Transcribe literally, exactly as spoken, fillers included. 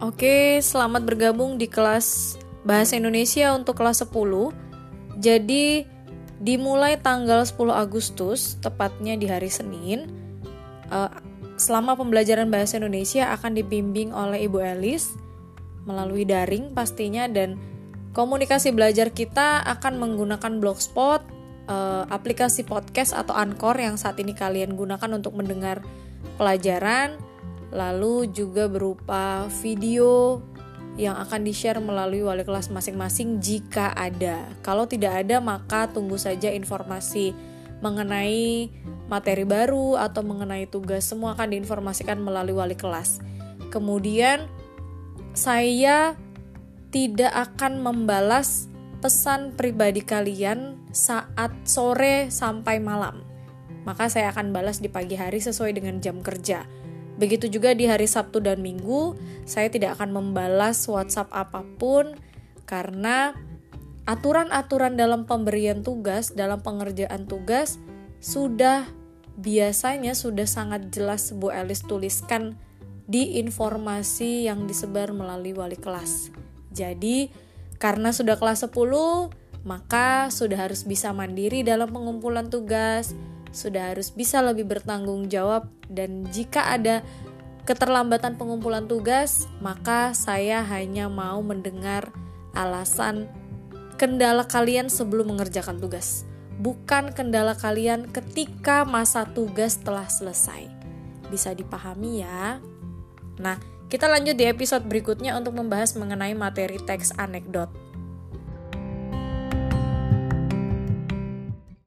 Oke, selamat bergabung di kelas Bahasa Indonesia untuk kelas sepuluh. Jadi, dimulai tanggal sepuluh Agustus, tepatnya di hari Senin, uh, selama pembelajaran Bahasa Indonesia akan dibimbing oleh Ibu Elis melalui daring pastinya, dan komunikasi belajar kita akan menggunakan Blogspot, uh, aplikasi podcast atau Anchor yang saat ini kalian gunakan untuk mendengar pelajaran, lalu juga berupa video yang akan di-share melalui wali kelas masing-masing jika ada. Kalau tidak ada, maka tunggu saja informasi mengenai materi baru atau mengenai tugas, semua akan diinformasikan melalui wali kelas. Kemudian saya tidak akan membalas pesan pribadi kalian saat sore sampai malam. Maka saya akan balas di pagi hari sesuai dengan jam kerja. Begitu juga di hari Sabtu dan Minggu, saya tidak akan membalas WhatsApp apapun karena aturan-aturan dalam pemberian tugas, dalam pengerjaan tugas sudah biasanya sudah sangat jelas Bu Elis tuliskan di informasi yang disebar melalui wali kelas. Jadi, karena sudah kelas sepuluh, maka sudah harus bisa mandiri dalam pengumpulan tugas, sudah harus bisa lebih bertanggung jawab, dan jika ada keterlambatan pengumpulan tugas, maka saya hanya mau mendengar alasan kendala kalian sebelum mengerjakan tugas, bukan kendala kalian ketika masa tugas telah selesai. Bisa dipahami ya? Nah, kita lanjut di episode berikutnya untuk membahas mengenai materi teks anekdot.